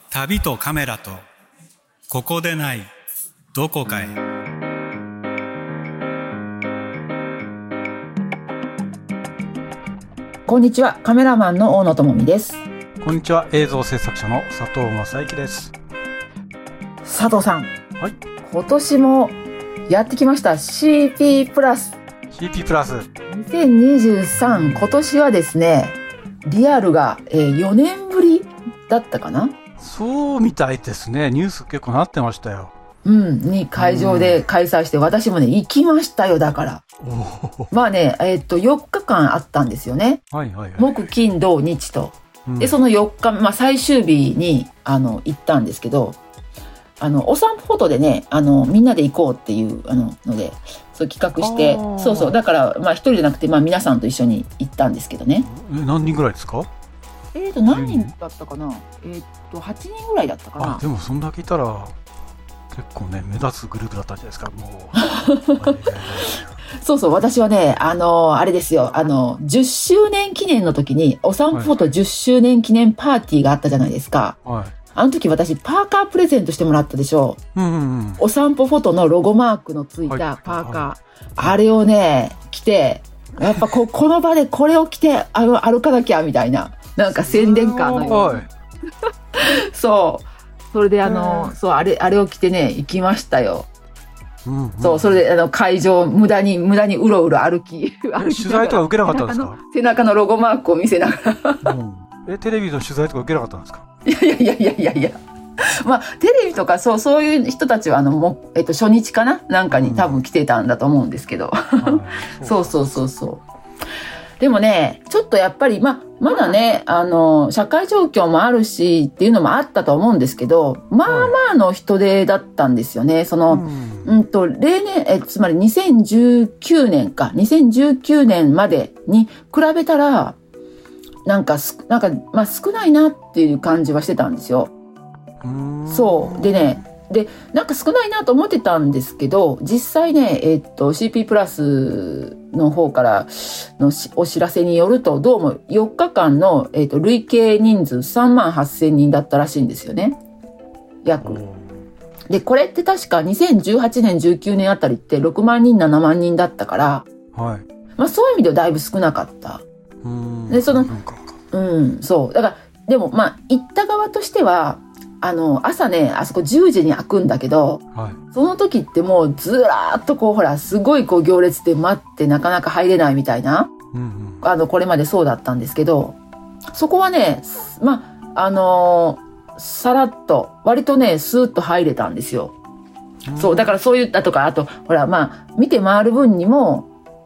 旅とカメラとここでないどこかへ。 こんにちは、カメラマンの大野智美です。 こんにちは、映像制作者の佐藤正幸です。 佐藤さん、 はい、 今年もやってきました CP プラス CP プラス 2023。今年はですね、リアルが4年ぶりだったかな。 そうみたいですね。ニュース結構なってましたよ。 に会場で開催して、私もね行きましたよ。だからまあね、4日間あったんですよね。 はいはいはい、 木金土日と、でその4日、最終日に行ったんですけど、お散歩フォトでね、みんなで行こうっていうのでそう企画して、そうだから一人じゃなくて皆さんと一緒に行ったんですけどね。 何人ぐらいですか？ 何人だったかな。8人ぐらいだったかな。 でもそんだけいたら結構ね目立つグループだったんじゃないですか。もうそう私はねあれですよ、10周年記念の時にお散歩フォト10周年記念パーティーがあったじゃないですか。はい、あの時私パーカープレゼントしてもらったでしょ。お散歩フォトのロゴマークのついたパーカー、あれをね着て、やっぱこの場でこれを着て歩かなきゃみたいな、なんか宣伝カーのようにそれでそうあれを着てね行きましたよ。それで会場無駄にうろうろ歩き取材とか受けなかったんですか？ 背中のロゴマークを見せながら、テレビの取材とか受けなかったんですか？ いやテレビとかそういう人たちは初日かななんかに多分来てたんだと思うんですけど、そうでもね、ちょっとやっぱりまだね社会状況もあるしっていうのもあったと思うんですけど、まあの人出だったんですよね。例年つまり2019年までに比べたらなんか少ないなっていう感じはしてたんですよ。そうでね、なんか少ないなと思ってたんですけど、実際ねCP プラスの方からのお知らせによると、どうも4日間の累計人数38,000人だったらしいんですよね、約。でこれって確か2018年19年あたりって6万人7万人だったから、そういう意味ではだいぶ少なかった。でそうだから、でも行った側としては朝ねあそこ10時に開くんだけど、その時ってもうずらーっとすごい行列で待ってなかなか入れないみたいな、これまでそうだったんですけど、そこはねさらっと割とねスーッと入れたんですよ。そうだからそういったとか、あと見て回る分にも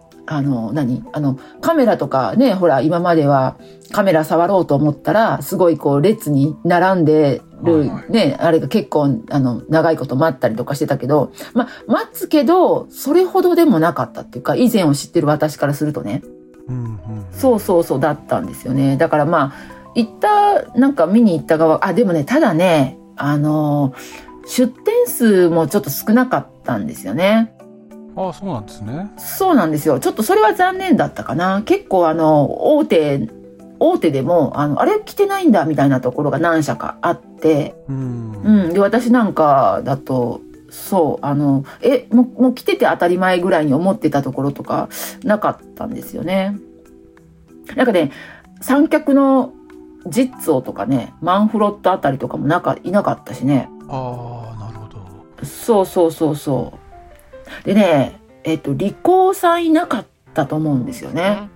カメラとかね、今まではカメラ触ろうと思ったらすごい列に並んでるね、あれが結構長いこと待ったりとかしてたけど、待つけどそれほどでもなかったっていうか、以前を知ってる私からするとね、そうだったんですよね。だから見に行った側、でもね、ただね出店数もちょっと少なかったんですよね。 そうなんですね。 そうなんですよ。ちょっとそれは残念だったかな。結構大手でもあれ着てないんだみたいなところが何社かあって、で私なんかだともう着てて当たり前ぐらいに思ってたところとかなかったんですよね。なんかね、三脚のジッツォとかね、マンフロットあたりとかもいなかったしね。 なるほど。 そうでね、リコーさんいなかったと思うんですよね。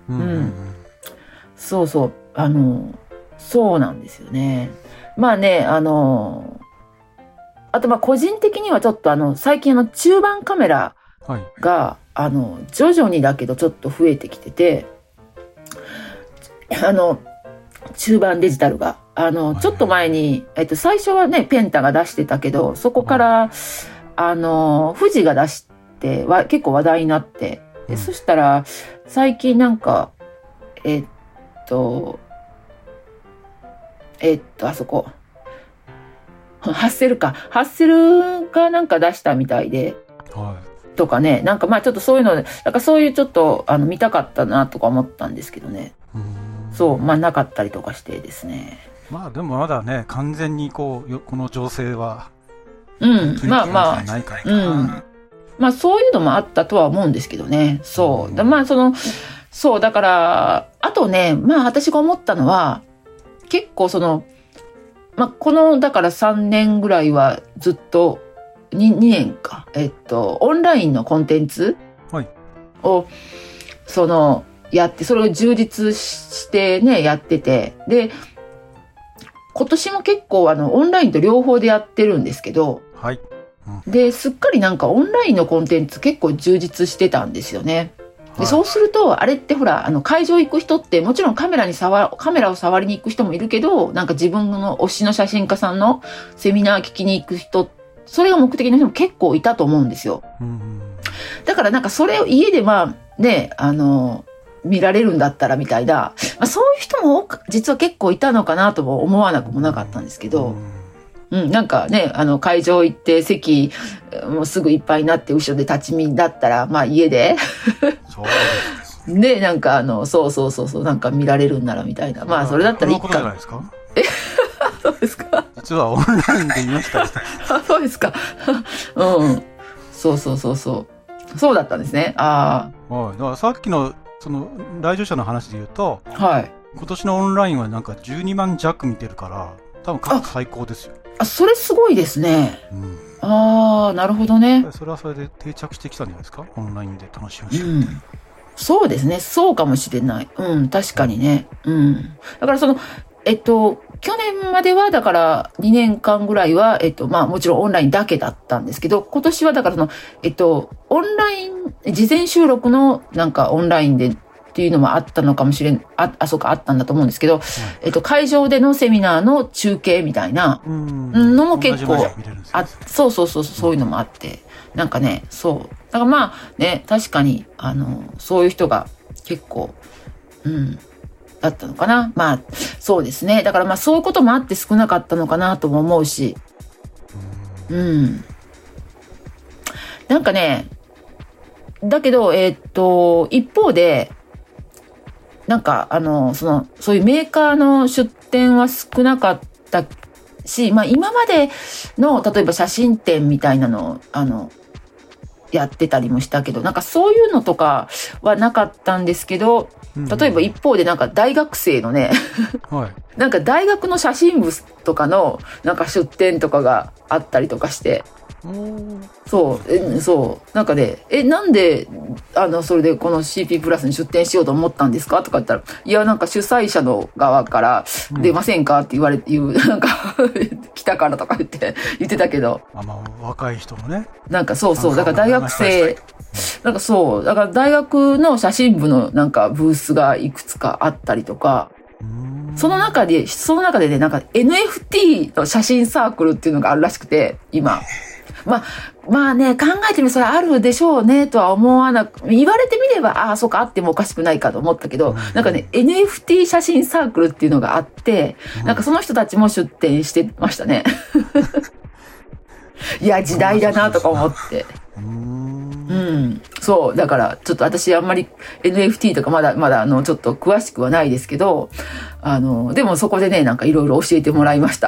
そうなんですよね。あと個人的にはちょっと最近中盤カメラが、徐々にだけどちょっと増えてきてて、中盤デジタルがちょっと前に最初はねペンタが出してたけど、そこから富士が出して結構話題になって、そしたら最近なんかあそこハッセルがなんか出したみたいで、とかね、ちょっとそういうので、そういうちょっと見たかったなとか思ったんですけどね。なかったりとかしてですね。 まあでもまだね、完全にこの情勢は、 まあまあ、 ないからな。 まあそういうのもあったとは思うんですけどね。そう。まあそう、だから、あとね、まあ私が思ったのは、結構まあこの、だから3年ぐらいはずっと、2年か。オンラインのコンテンツを、やって、それを充実してね、やってて。で、今年も結構オンラインと両方でやってるんですけど、 はい。 で、すっかりなんかオンラインのコンテンツ結構充実してたんですよね。で、そうすると、あれってほら、会場行く人って、もちろんカメラを触りに行く人もいるけど、なんか自分の推しの写真家さんのセミナー聞きに行く人、それが目的の人も結構いたと思うんですよ。だからなんかそれを家でまあ、ね、見られるんだったらみたいな、まあ、そういう人も実は結構いたのかなとも思わなくもなかったんですけど、なんかね、会場行って席もうすぐいっぱいになって後ろで立ち見だったら、まあ家でそうで、なんかそう、なんか見られるんならみたいな。まあそれだったらいいか。 そういうことじゃないですか？ そうですか？ 実はオンラインで見ました。 そうですか。そう。そうだったんですね。ああ。はい。だからさっきの来場者の話で言うと、 はい。 今年のオンラインはなんか12万弱見てるから、多分過去最高ですよ。 それすごいですね。ああ、なるほどね。 それはそれで定着してきたんじゃないですか？オンラインで楽しむ人。 そうですね。そうかもしれない。確かにね。だから去年まではだから2年間ぐらいは、まあもちろんオンラインだけだったんですけど、今年はだからオンライン、事前収録のなんかオンラインでっていうのもあったのかもしれん、そうかあったんだと思うんですけど、会場でのセミナーの中継みたいなのも結構、そういうのもあって、なんかね、そう。だからまあね、確かに、そういう人が結構、だったのかな。まあ、そうですね。だからまあそういうこともあって少なかったのかなとも思うし。なんかね、だけど、一方で、なんか、そういうメーカーの出展は少なかったし、まあ今までの、例えば写真展みたいなのを、やってたりもしたけど、なんかそういうのとかはなかったんですけど、例えば一方でなんか大学生のね、なんか大学の写真部とかのなんか出展とかがあったりとかして、なんかね、なんでそれでこの CP プラスに出展しようと思ったんですかとか言ったら、いやなんか主催者の側から出ませんかってなんか来たからとか言ってたけど、 若い人のね、 なんかだから大学生、なんかだから大学の写真部のなんかブースがいくつかあったりとか、その中でね、なんか NFT の写真サークルっていうのがあるらしくて、今。まあね、考えてみればそれあるでしょうねとは思わなく、言われてみれば、そうか、あってもおかしくないかと思ったけど、なんかね、NFT 写真サークルっていうのがあって、なんかその人たちも出展してましたね。いや、時代だなとか思って。そう、だからちょっと私あんまり NFT とかまだちょっと詳しくはないですけど、でもそこでね、なんかいろいろ教えてもらいました。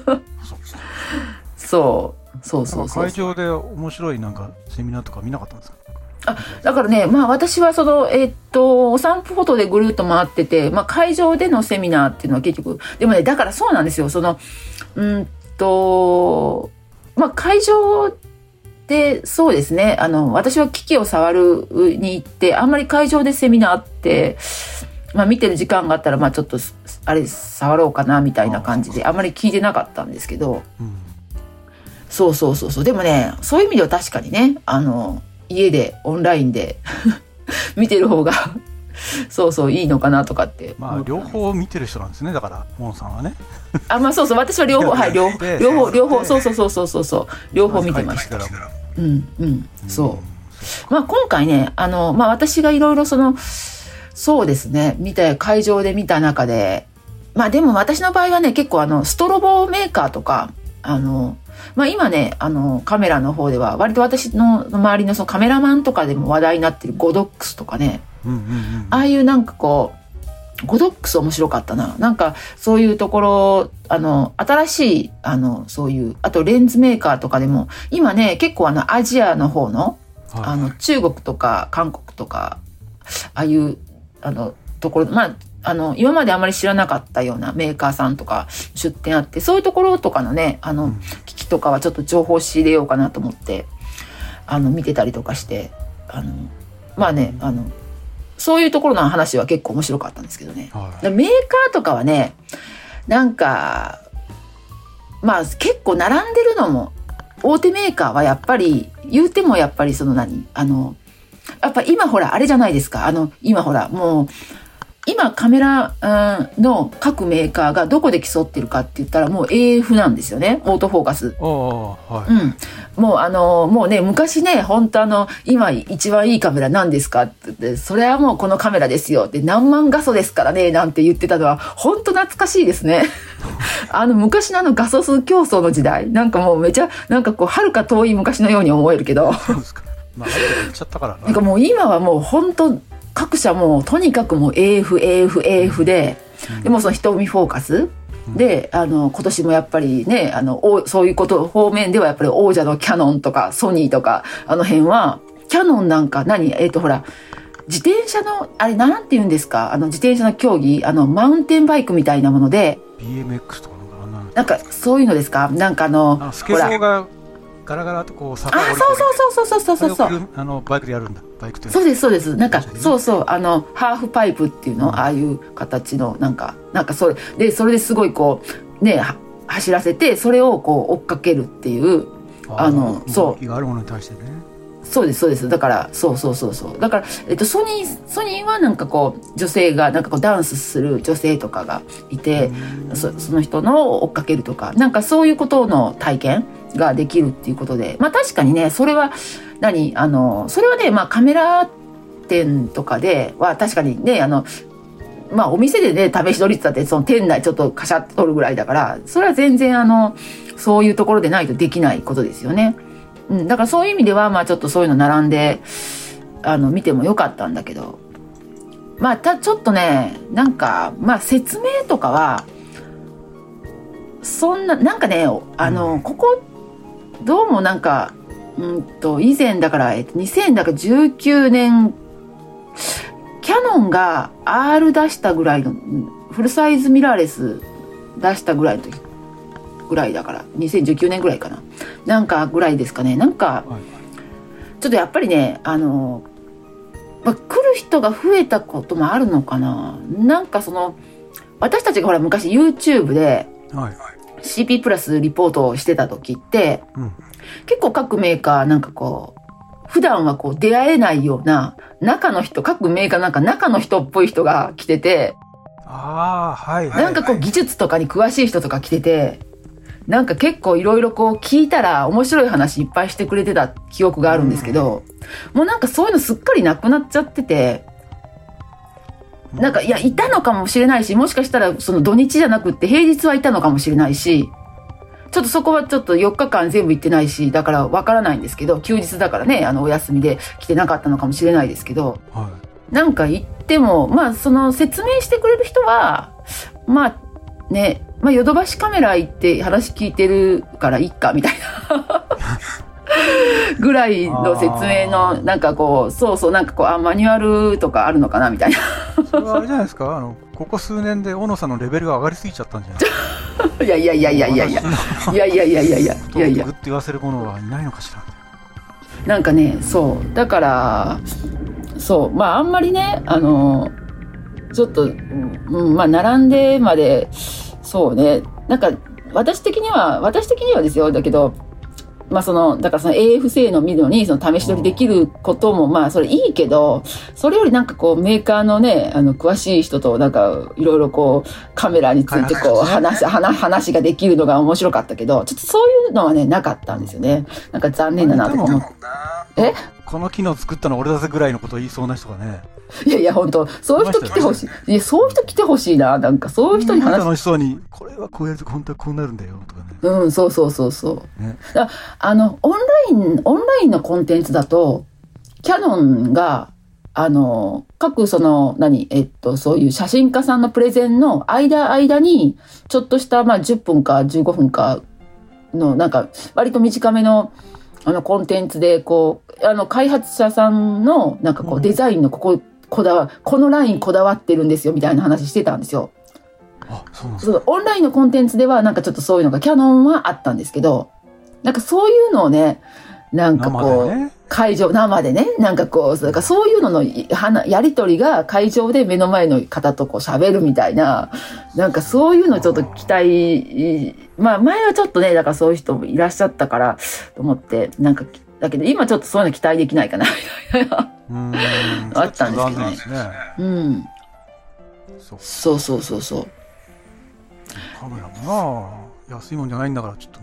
そう。 会場で面白いなんかセミナーとか見なかったんですか？ だからね、まあ私はお散歩フォトでぐるっと回ってて、まあ会場でのセミナーっていうのは結局、でもね、だからそうなんですよ。まあ会場で、そうですね、私は機器を触るに行って、あんまり会場でセミナーって、まあ見てる時間があったら、まあちょっと、触ろうかなみたいな感じで、あんまり聞いてなかったんですけど、そう。でもね、そういう意味では確かにね、家で、オンラインで見てる方がいいのかなとかって。 まあ、両方見てる人なんですね、だから、モンさんはね。 私は両方、はい、両方、そう。両方見てました。そう。まあ、今回ね、まあ、私がいろいろそうですね、会場で見た中で、まあ、でも私の場合はね、結構ストロボメーカーとか、まあ今ね、カメラの方では、割と私の周りのカメラマンとかでも話題になってるゴドックスとかね、ああいうなんかこう、 ゴドックス面白かったな。なんかそういうところ、新しいそういう、あとレンズメーカーとかでも今ね、結構アジアの方の、中国とか韓国とかああいうところ、今まであまり知らなかったようなメーカーさんとか出店あって、そういうところとかのね機器とかはちょっと情報仕入れようかなと思って見てたりとかして、そういうところの話は結構面白かったんですけどね、メーカーとかはねなんか結構並んでるのも大手メーカーはやっぱり言うてもやっぱりやっぱ今ほらあれじゃないですか、今ほらもう今カメラの各メーカーがどこで競ってるかって言ったらもう AF なんですよね、オートフォーカス。もうね昔ね本当今一番いいカメラ何ですかって言って、それはもうこのカメラですよって何万画素ですからねなんて言ってたのは本当懐かしいですね昔の画素数競争の時代、なんかもうめちゃなんかこう遥か遠い昔のように思えるけどそうですか。言っちゃったからな。 なんかもう今はもう本当各社もうとにかくもう AF で、でもその瞳フォーカスで今年もやっぱりねそういうこと方面ではやっぱり王者のキャノンとかソニーとか辺はキャノンなんかほら自転車のあれなんて言うんですか、自転車の競技マウンテンバイクみたいなもので BMX とかなんかそういうのですか、なんかスケソウがガラガラとこう坂を降りてそうバイクでやるんだ。バイクってそうですなんかそうハーフパイプっていうの、ああいう形のなんかそれですごいこうね走らせてそれをこう追っかけるっていう動きがあるものに対してね。 そうですだからそうだからソニーはなんかこう女性がなんかこうダンスする女性とかがいて、その人の追っかけるとかなんかそういうことの体験ができるっていうことで、確かにねそれはそれはねカメラ店とかでは確かにねお店でね試し撮りって言ったってその店内ちょっとカシャッと撮るぐらいだから、それは全然そういうところでないとできないことですよね。だからそういう意味ではちょっとそういうの並んで見てもよかったんだけど、ちょっとねなんか説明とかはそんななんかねここどうもなんか以前だから2019年キャノンが R 出したぐらいのフルサイズミラーレス出したぐらいの時ぐらいだから2019年ぐらいかな、なんかぐらいですかね。なんかちょっとやっぱりね来る人が増えたこともあるのかな。なんか私たちがほら昔 YouTube で CP プラスリポートをしてた時って、結構各メーカーなんかこう普段はこう出会えないような各メーカーなんか中の人っぽい人が来てて、なんかこう技術とかに詳しい人とか来てて、なんか結構いろいろこう聞いたら面白い話いっぱいしてくれてた記憶があるんですけど、もうなんかそういうのすっかりなくなっちゃってて、なんかいたのかもしれないし、もしかしたらその土日じゃなくって平日はいたのかもしれないし、ちょっとそこはちょっと4日間全部行ってないし、だからわからないんですけど、休日だからねお休みで来てなかったのかもしれないですけど、なんか行ってもその説明してくれる人はヨドバシカメラ行って話聞いてるからいっかみたいなぐらいの説明のなんかこうなんかこうマニュアルとかあるのかなみたいなそれはあれじゃないですか、ここ数年で小野さんのレベルが上がりすぎちゃったんじゃないですかいやグッと言わせるものはいないのかしら。 なんかねだからあんまりねちょっと並んでまでなんか私的にはですよ、だけどだからその AF 性能を見るのにその試し撮りできることもそれいいけど、それよりなんかこうメーカーのね詳しい人となんかいろいろこうカメラについてこう話ができるのが面白かったけど、ちょっとそういうのはねなかったんですよね。なんか残念だなと思って。 この機能作ったの俺だぜぐらいのことを言いそうな人がね。 いや本当そういう人来てほしい。いやそういう人来てほしいな。なんかそういう人に楽しそうにこれはこうやると本当はこうなるんだよとかね。 そう、ね、だオンラインのコンテンツだとキャノンが各そういう写真家さんのプレゼンの間に、ちょっとした、10分か15分かの、なんか、割と短めの、コンテンツで、こう、開発者さんの、なんかこう、デザインのこのラインこだわってるんですよ、みたいな話してたんですよ。 あ、そうなんですか。 オンラインのコンテンツでは、なんかちょっとそういうのが、キャノンはあったんですけど、なんかそういうのをね、なんかこう、会場、生でね、なんかこう、そういうののやりとりが会場で目の前の方とこう喋るみたいな、なんかそういうのちょっと期待、前はちょっとね、だからそういう人もいらっしゃったからと思って、なんか、だけど今ちょっとそういうの期待できないかな、みたいな。あったんですけどね。うん。そう。 カメラもな、安いもんじゃないんだから、ちょっと。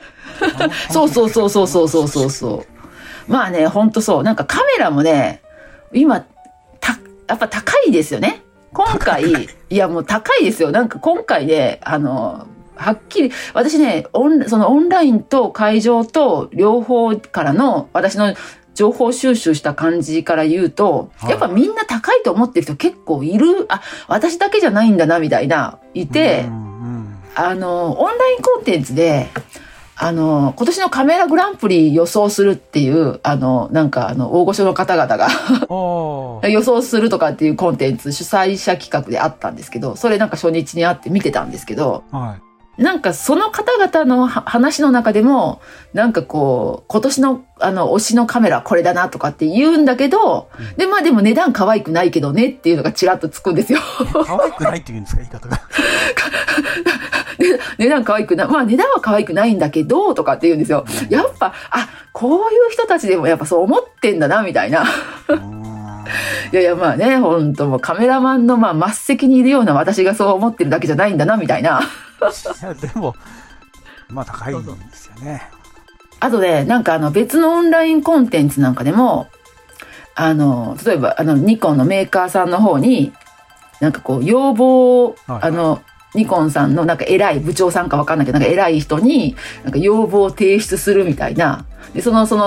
そう。まあね、ほんとそう。なんかカメラもね、今、やっぱ高いですよね。今回、いやもう高いですよ。なんか今回ね、はっきり、私ね、そのオンラインと会場と両方からの、私の情報収集した感じから言うと、やっぱみんな高いと思ってる人結構いる。私だけじゃないんだな、みたいな、いて、オンラインコンテンツで、今年のカメラグランプリ予想するっていう、なんか大御所の方々が予想するとかっていうコンテンツ主催者企画であったんですけど、それなんか初日にあって見てたんですけど、なんかその方々の話の中でも、なんかこう、今年の推しのカメラこれだなとかって言うんだけど、でも値段可愛くないけどねっていうのがちらっとつくんですよ。 可愛くないって言うんですか、言い方が。 値段可愛くない。値段は可愛くないんだけど、とかって言うんですよ。やっぱ、こういう人たちでもやっぱそう思ってんだな、みたいな。いやまあね、本当もうカメラマンの末席にいるような私がそう思ってるだけじゃないんだな、みたいな。 いや、でも、高いんですよね。 あとね、なんか別のオンラインコンテンツなんかでも、例えばニコンのメーカーさんの方に、なんかこう、要望を、ニコンさんのなんか偉い部長さんかわかんないけど、なんか偉い人に、なんか要望を提出するみたいな。で、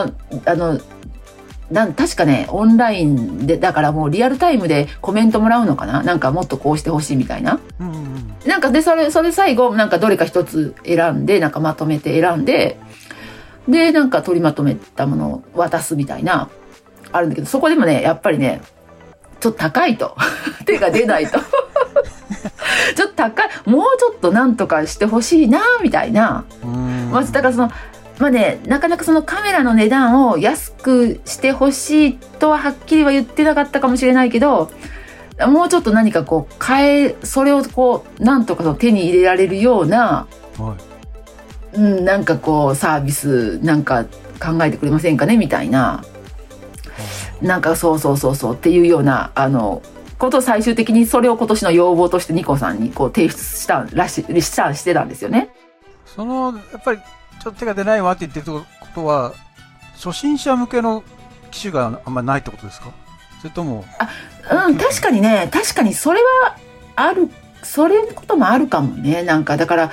確かね、オンラインで、だからもうリアルタイムでコメントもらうのかな、なんかもっとこうしてほしいみたいな。なんかで、それ最後、なんかどれか一つ選んで、なんかまとめて選んで、で、なんか取りまとめたものを渡すみたいな、あるんだけど、そこでもね、やっぱりね、ちょっと高いと。手が出ないと。ちょっと高い。もうちょっとなんとかしてほしいな、みたいな。だからなかなかそのカメラの値段を安くしてほしいとははっきりは言ってなかったかもしれないけど、もうちょっと何かこうそれをこう、なんとか手に入れられるような、なんかこう、サービスなんか考えてくれませんかねみたいな。なんかそうっていうような、ことを最終的にそれを今年の要望としてニコさんにこう提出してたんですよね。 やっぱりちょっと手が出ないわって言ってることは、初心者向けの機種があんまりないってことですか？それとも確かにそれはある、そういうこともあるかもね。なんかだから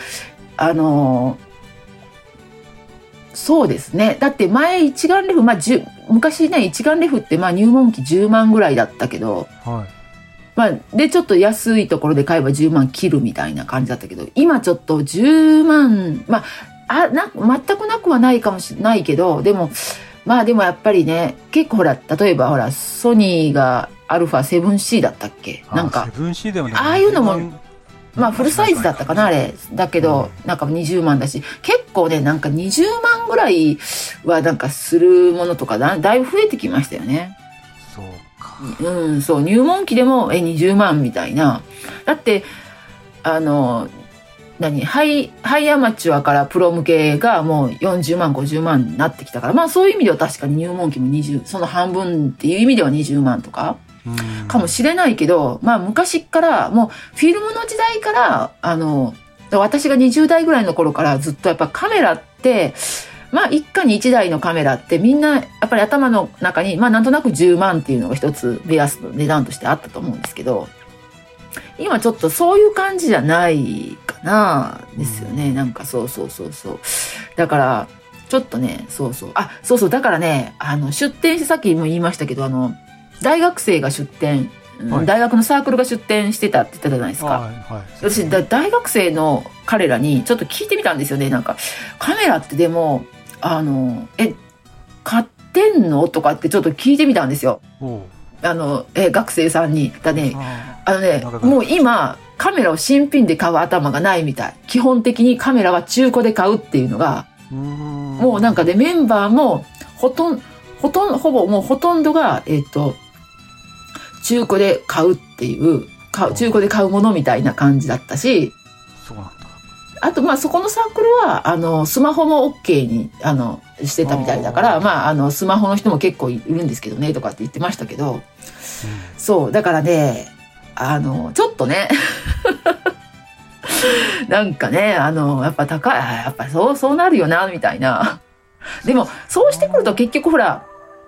そうですね。だって前一眼レフ、昔ね、一眼レフって入門機10万ぐらいだったけど、でちょっと安いところで買えば10万切るみたいな感じだったけど、今ちょっと10万、全くなくはないかもしれないけど、でもやっぱりね、結構例えばソニーがα7C だったっけ、なんか 7C でもね、 ああいうのもフルサイズだったかな、あれだけど、なんか20万だし、結構ね、なんか20万ぐらいはなんかするものとかだいぶ増えてきましたよね。 そうか。 そう、入門機でも20万みたいな。だってハイアマチュアからプロ向けがもう40万50万になってきたから、そういう意味では確かに入門機もその半分っていう意味では20万とかかもしれないけど、昔からもうフィルムの時代から、私が20代ぐらいの頃からずっとやっぱカメラって、一家に1台のカメラってみんなやっぱり頭の中に、なんとなく10万っていうのが一つ目安の値段としてあったと思うんですけど、今ちょっとそういう感じじゃないかなですよね。なんかそう。だから、ちょっとね、だからね、出店してさっきも言いましたけど、 大学生が出展、 はい、 大学のサークルが出展してたって言ったじゃないですか、 はいはい、 私大学生の彼らにちょっと聞いてみたんですよね。なんかカメラってでも買ってんのとかってちょっと聞いてみたんですよ。学生さんにね、もう今カメラを新品で買う頭がないみたい。基本的にカメラは中古で買うっていうのが、もうなんかね、メンバーもほとんどが中古で買うっていう中古で買うものみたいな感じだったし、 そうなんだ。 あとそこのサークルはスマホも OK にしてたみたいだから、スマホの人も結構いるんですけどねとかって言ってましたけど、そうだからね、ちょっとねなんかね、やっぱ高い、やっぱそうなるよなみたいな。でもそうしてくると結局ほら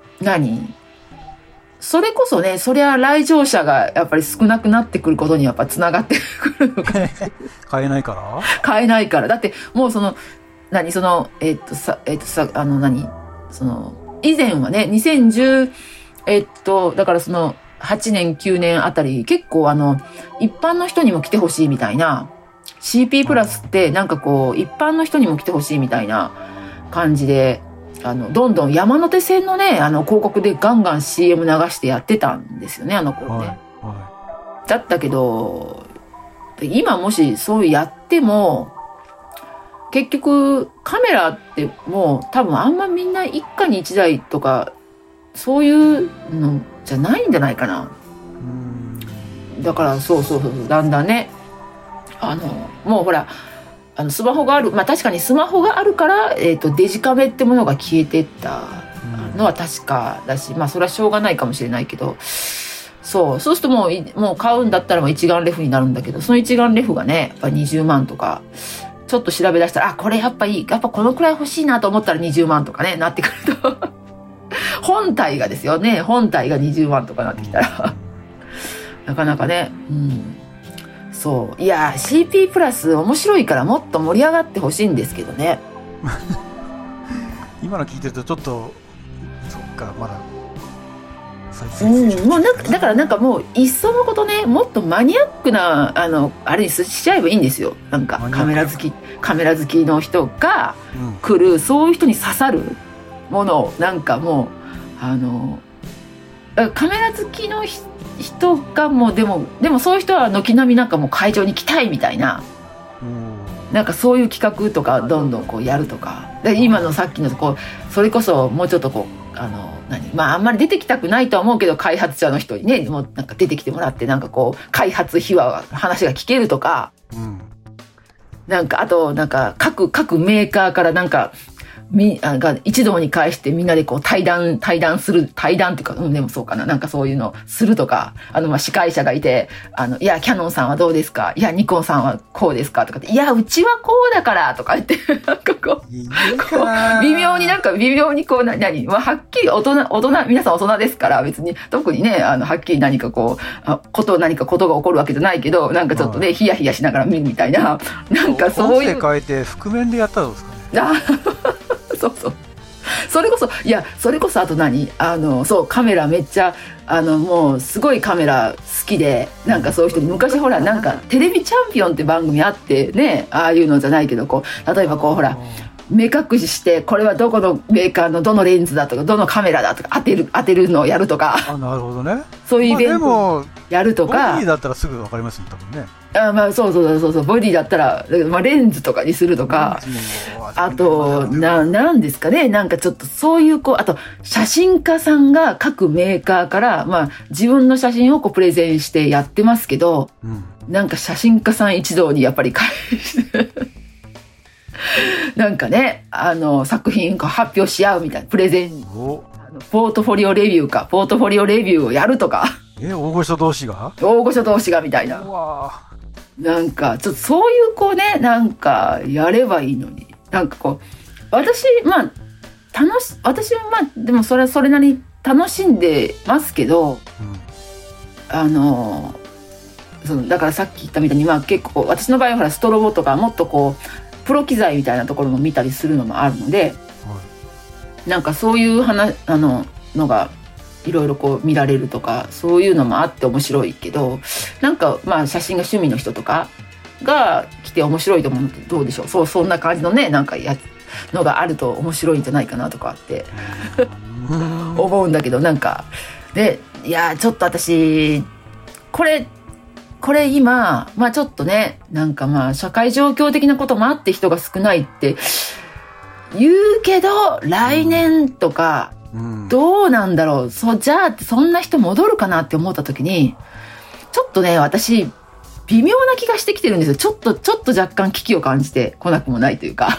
それこそね、そりゃ来場者がやっぱり少なくなってくることにやっぱつながってくるのか買えないから買えないから。だってもう以前はね、2010だからその8年9年あたり結構一般の人にも来てほしいみたいな CP プラスってなんかこう一般の人にも来てほしいみたいな感じでどんどん山手線のね広告でガンガン CM 流してやってたんですよね、頃ね、だったけど今もしそうやっても結局カメラってもう多分あんまみんな一家に一台とかそういうのじゃないんじゃないかな。だからそうだんだんねもうほらスマホがある、確かにスマホがあるから、デジカメってものが消えてったのは確かだし、それはしょうがないかもしれないけど、そうするともう買うんだったら一眼レフになるんだけど、その一眼レフがねやっぱ20万とかちょっと調べ出したら、これやっぱこのくらい欲しいなと思ったら20万とかねなってくると本体がですよね、本体が20万とかなってきたらなかなかね、そういや CP プラス面白いからもっと盛り上がってほしいんですけどね今の聞いてるとちょっとそっか、まだもうだからなんかもういっそのことね、もっとマニアックなあれにしちゃえばいいんですよ。なんかカメラ好きの人が来る、そういう人に刺さるものをなんかもうカメラ好きの人がもうでもそういう人は軒並みなんかもう会場に来たいみたいな、なんかそういう企画とかどんどんこうやるとか、で今のさっきのそれこそもうちょっとあんまり出てきたくないとは思うけど、開発者の人にねもうなんか出てきてもらってなんかこう開発秘話話が聞けるとか、なんかあとなんか各メーカーからなんかが一堂に会してみんなでこう対談する、対談っていうか、でもそうかな、なんかそういうのするとか、司会者がいて、いや、キャノンさんはどうですか？いや、ニコンさんはこうですか？とかって、いや、うちはこうだからとか言って、なんかこう、微妙にこう、はっきり大人、皆さん大人ですから、別に、特にね、はっきり何かこう、何かことが起こるわけじゃないけど、なんかちょっとね、ヒヤヒヤしながら見るみたいな、なんかそういう。 音声変えて、覆面でやったらどうですかね。 そうそれこそあとそうカメラめっちゃもうすごいカメラ好きで、なんかそういう人に昔ほらなんかテレビチャンピオンって番組あってね、ああいうのじゃないけどこう例えばこうほら目隠ししてこれはどこのメーカーのどのレンズだとかどのカメラだとか当てるのをやるとか、 なるほどね、 そういうイベントやるとか、 ボディだったらすぐ分かりますよ多分ね。 そうボディだったら、レンズとかにするとか、あとなんですかね、なんかちょっとそういうあと写真家さんが各メーカーから自分の写真をプレゼンしてやってますけど、なんか写真家さん一同にやっぱり返してなんかね作品発表し合うみたいなプレゼン、ポートフォリオレビューをやるとか、 大御所同士がみたいな、なんかちょっとそういうねなんかやればいいのに、なんか私はでもそれなりに楽しんでますけど、だからさっき言ったみたいに結構私の場合はほらストロボとかもっとプロ機材みたいなところも見たりするのもあるので、なんかそういうのがいろいろこう見られるとか、そういうのもあって面白いけど、なんかまあ写真が趣味の人とかが来て面白いと思うのってどうでしょう。そんな感じのね、なんかのがあると面白いんじゃないかなとかって思うんだけど、なんかで、いやちょっと私これ今まあちょっとね、なんかまあ社会状況的なこともあって人が少ないって言うけど、来年とかどうなんだろう、じゃあそんな人戻るかなって思った時に、ちょっとね私微妙な気がしてきてるんですよ。ちょっと若干危機を感じてこなくもないというか。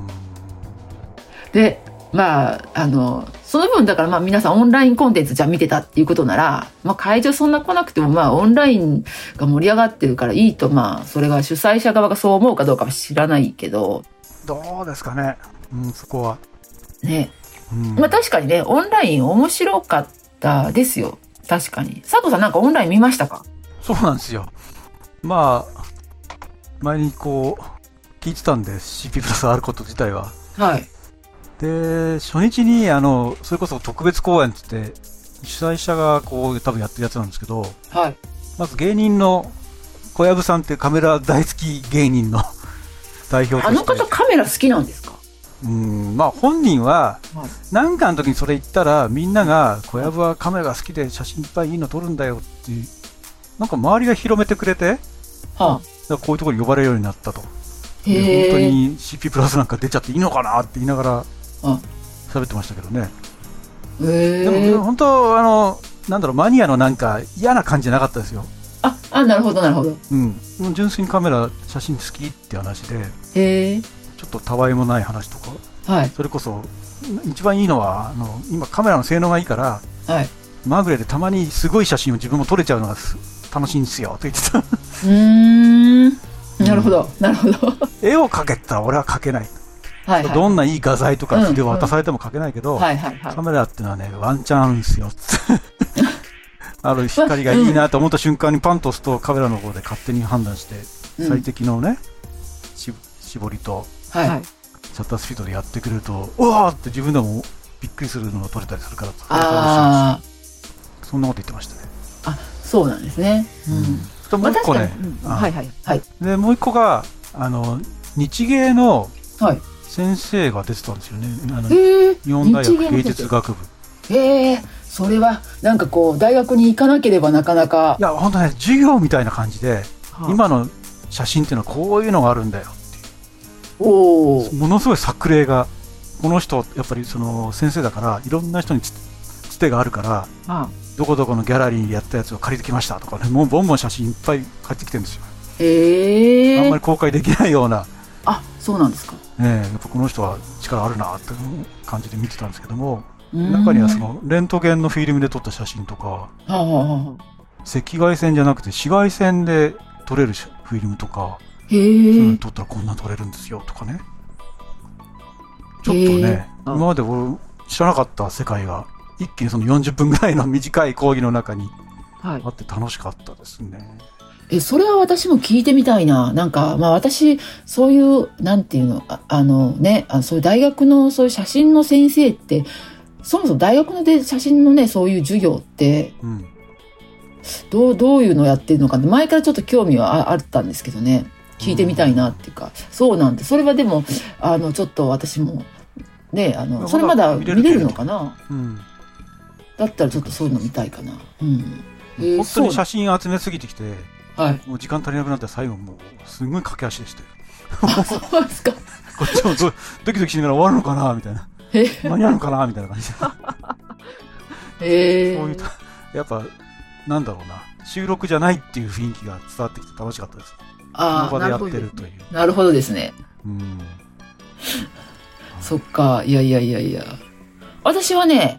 でまあその分だから、まあ皆さんオンラインコンテンツじゃ見てたっていうことなら、まあ会場そんな来なくても、まあオンラインが盛り上がってるからいいと、まあそれが主催者側がそう思うかどうかは知らないけど。 どうですかね。そこは。ね。 まあ確かにね、オンライン面白かったですよ。確かに。佐藤さんなんかオンライン見ましたか？ そうなんですよ。まあ、前にこう、聞いてたんで、CP プラスあること自体は。 はい。 で、初日に、それこそ特別公演って言って、主催者がこう、多分やってるやつなんですけど、 はい。 まず芸人の小籔さんっていうカメラ大好き芸人の代表として。 あの方カメラ好きなんですか？ まあ本人は、なんかの時にそれ言ったら、みんなが、小籔はカメラが好きで写真いっぱいいいの撮るんだよっていう、なんか周りが広めてくれて、だからこういうところに呼ばれるようになったと。本当に CP プラスなんか出ちゃっていいのかなって言いながら喋ってましたけどね。でも本当なんだろう、マニアのなんか嫌な感じじゃなかったですよ。 なるほどなるほど。 純粋にカメラ写真好きって話で、ちょっとたわいもない話とか、それこそ一番いいのは今カメラの性能がいいから、まぐれでたまにすごい写真を自分も撮れちゃうのが楽しいんですよって言ってた。 なるほどなるほど。 絵を描けたら俺は描けない。どんないい画材とか筆を渡されても描けないけど、カメラってのはね、ワンチャンですよ。光がいいなと思った瞬間にパンと押すとカメラの方で勝手に判断して最適のね、絞りとシャッタースピードでやってくれると、うわーって自分でもびっくりするのが撮れたりするから、そんなこと言ってましたね。 そうなんですね。 もう一個ね、でもう一個が日芸の先生が出てたんですよね。日本大学芸術学部。 それはなんかこう大学に行かなければなかなか。 いや本当ね、授業みたいな感じで、今の写真っていうのはこういうのがあるんだよっていう。ものすごい作例が、この人やっぱりその先生だからいろんな人につてがあるから、どこどこのギャラリーでやったやつを借りてきましたとかね、もうボンボン写真いっぱい借りてきてるんですよ。あんまり公開できないような。 そうなんですか。やっぱこの人は力あるなって感じで見てたんですけども、中にはそのレントゲンのフィルムで撮った写真とか、赤外線じゃなくて紫外線で撮れるフィルムとか、そういうの撮ったらこんな撮れるんですよとかね。ちょっとね、今まで俺知らなかった世界が一気にその40分ぐらいの短い講義の中にあって楽しかったですね。 それは私も聞いてみたいな。なんか、まあ私、そういう、なんていうの、そういう大学のそういう写真の先生って、そもそも大学ので写真のね、そういう授業って、どういうのをやってるのかって、前からちょっと興味はあったんですけどね、聞いてみたいなっていうか、そうなんで、それはでも、ちょっと私も、ね、それまだ見れるのかな。だったらちょっとそういうの見たいかな。 本当に写真集めすぎてきて、もう時間足りなくなって最後もうすごい駆け足でしたよ。 そうですか。 こっちもドキドキしながら終わるのかなみたいな、間に合うのかなみたいな感じで。そういうやっぱなんだろうな、収録じゃないっていう雰囲気が伝わってきて楽しかったです。その場でやってるという。 なるほどですね。そっか。いや。私はね、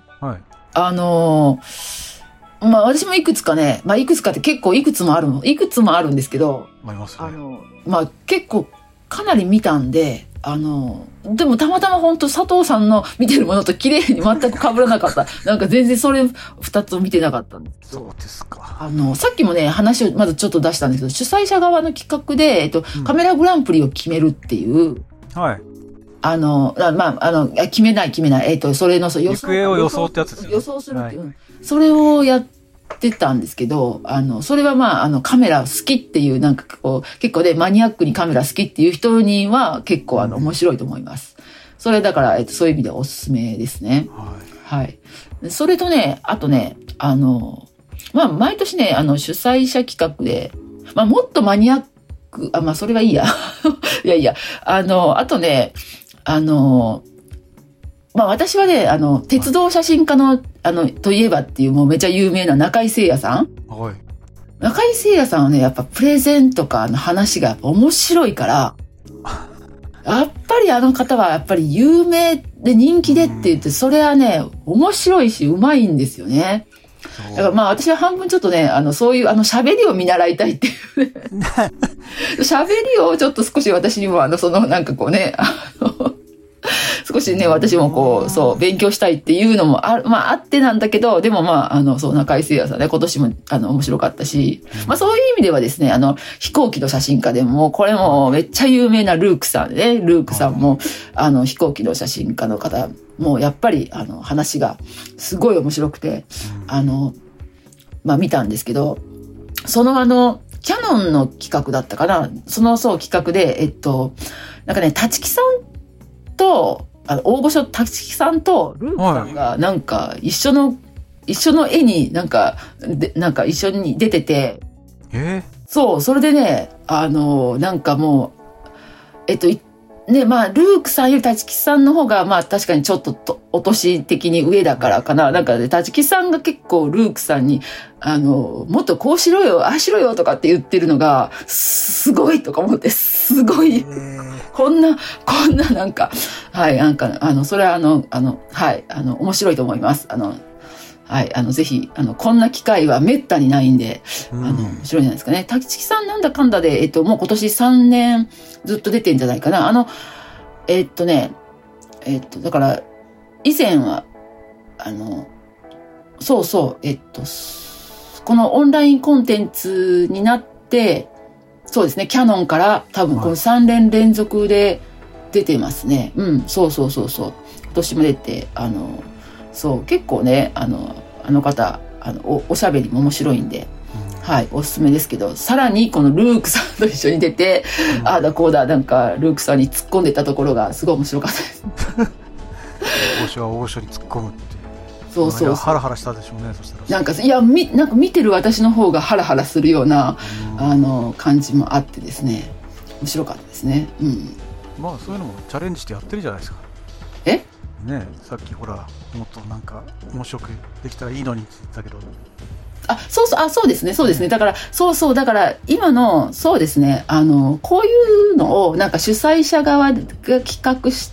まあ私もいくつかね、まあいくつかって結構いくつもあるんですけど、 ありますね。 まあ結構かなり見たんで、でもたまたま本当佐藤さんの見てるものと綺麗に全く被らなかった。なんか全然それ二つを見てなかったんですけど。 そうですか。 さっきもね、話をまずちょっと出したんですけど、主催者側の企画で、カメラグランプリを決めるっていう。 決めない。それの、 行方を予想ってやつですね。 予想するっていう。それをやってたんですけど、それはカメラ好きっていう、なんかこう、結構ね、マニアックにカメラ好きっていう人には結構面白いと思います。それだから、そういう意味でおすすめですね。はい。それとね、あとね、毎年ね、主催者企画で、もっとマニアック、それはいいや。いや、あとね、私はね、鉄道写真家の、といえばっていうもうめちゃ有名な中井誠也さん。 はい。 中井誠也さんはね、やっぱプレゼンとかの話がやっぱ面白いから、やっぱりあの方はやっぱり有名で人気でって言って、それはね、面白いしうまいんですよね。だから私は半分ちょっとね、そういう喋りを見習いたいっていうね。喋りをちょっと少し私にもなんかこうね、少しね、私もこう、そう、勉強したいっていうのもあってなんだけど、でもそう、中井誠也さんね、今年も面白かったし、そういう意味ではですね、飛行機の写真家でも、これもめっちゃ有名なルークさんでね、ルークさんも、飛行機の写真家の方、もうやっぱり、話がすごい面白くて、見たんですけど、そのキャノンの企画だったかな、そう企画で、なんかね、立木さんと、大御所立木さんとルークさんがなんか一緒の絵になんか一緒に出てて、そう、それでね、なんかもう、ルークさんより立木さんの方が、確かにちょっとお年的に上だからかな。なんかね、立木さんが結構ルークさんに、もっとこうしろよ、ああしろよとかって言ってるのが、すごいとか思って、すごい。こんななんか、はい、なんか、それははい、面白いと思います。はい、ぜひ、こんな機会は滅多にないんで、面白いじゃないですかね。立木さんなんだかんだで、もう今年3年ずっと出てんじゃないかな。だから、以前は、このオンラインコンテンツになって、そうですね、キャノンから多分この3年連続で出てますね。そう。今年も出て、結構ね、あの方、おしゃべりも面白いんで、はい、おすすめですけど、さらにこのルークさんと一緒に出て、ああだこうだ、なんか、ルークさんに突っ込んでたところがすごい面白かったです。 大御所は大御所に突っ込むっていう。 そう。 ハラハラしたでしょうね、そしたら。 なんか見てる私の方がハラハラするような、感じもあってですね、面白かったですね。 そういうのもチャレンジしてやってるじゃないですか。ね、さっきほら、もっとなんか面白くできたらいいのにって言ったけど。 そうですね。だから、だから今の、そうですね、こういうのをなんか主催者側が企画して、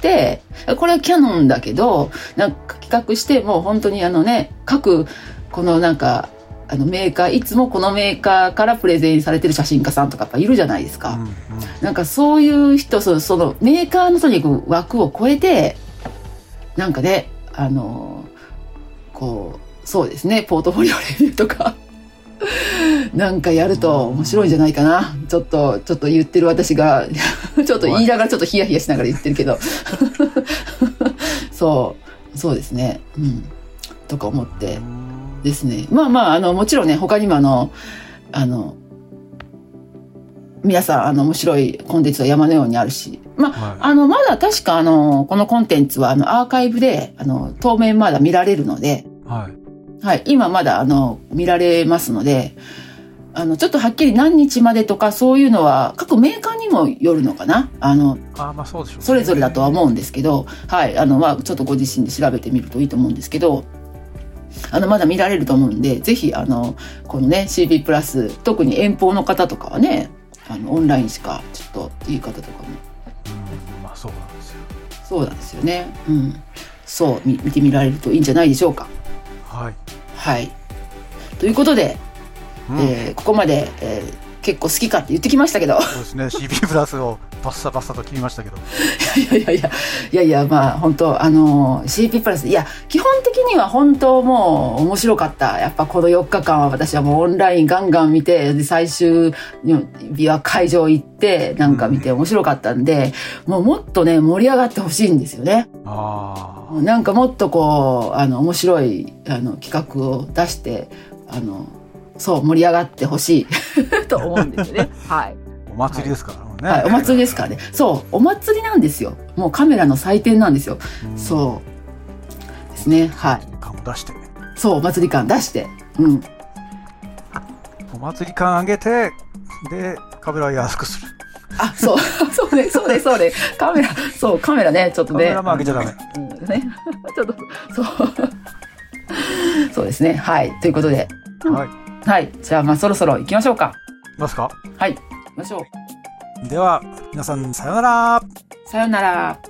これはキャノンだけど、なんか企画して、もう本当に各、このなんか、メーカー、いつもこのメーカーからプレゼンされてる写真家さんとかやっぱいるじゃないですか。なんかそういう人、そのメーカーのとにかく枠を超えて、なんかね、そうですね、ポートフォリオレビューとかなんかやると面白いんじゃないかな。ちょっと言ってる私がちょっと言いながらちょっとヒヤヒヤしながら言ってるけどそうですね、とか思ってですね。もちろんね、他にも皆さん面白いコンテンツは山のようにあるし、まだ確かこのコンテンツはアーカイブで当面まだ見られるので、はい、今まだ見られますので、ちょっとはっきり何日までとかそういうのは各メーカーにもよるのかな。 そうでしょうね。 それぞれだとは思うんですけど、はい、ちょっとご自身で調べてみるといいと思うんですけど、まだ見られると思うんで、ぜひこのね CB プラス、特に遠方の方とかはね、オンラインしかちょっとっていう方とかも、 そうなんですよ。 そうなんですよね。そう見てみられるといいんじゃないでしょうか。はい。ということで、ここまで、 結構好きかって言ってきましたけど。 そうですね。CP プラスをバッサバッサと切りましたけど。 いや、まあ、本当CP プラス、いや、基本的には本当もう面白かった。やっぱこの4日間は私はもうオンラインガンガン見て、で、最終日は会場行って、なんか見て面白かったんで、もうもっとね、盛り上がってほしいんですよね。なんかもっとこう、面白い、企画を出して、そう、盛り上がってほしいと思うんですよね。はい。 お祭りですからね。 はい、お祭りですからね。そう、お祭りなんですよ。もうカメラの祭典なんですよ。そうですね。はい。 感を出して。 そう、お祭り感出して。 お祭り感上げて、で、カメラを安くする。 あ、そうね。カメラね、ちょっとね。 カメラも上げちゃダメ。 ね。ちょっと、そう。そうですね。はい。ということで。はい。じゃあ、まあ、そろそろ行きましょうか。 行きますか？ はい。行きましょう。 では、皆さん、さようなら。 さようなら。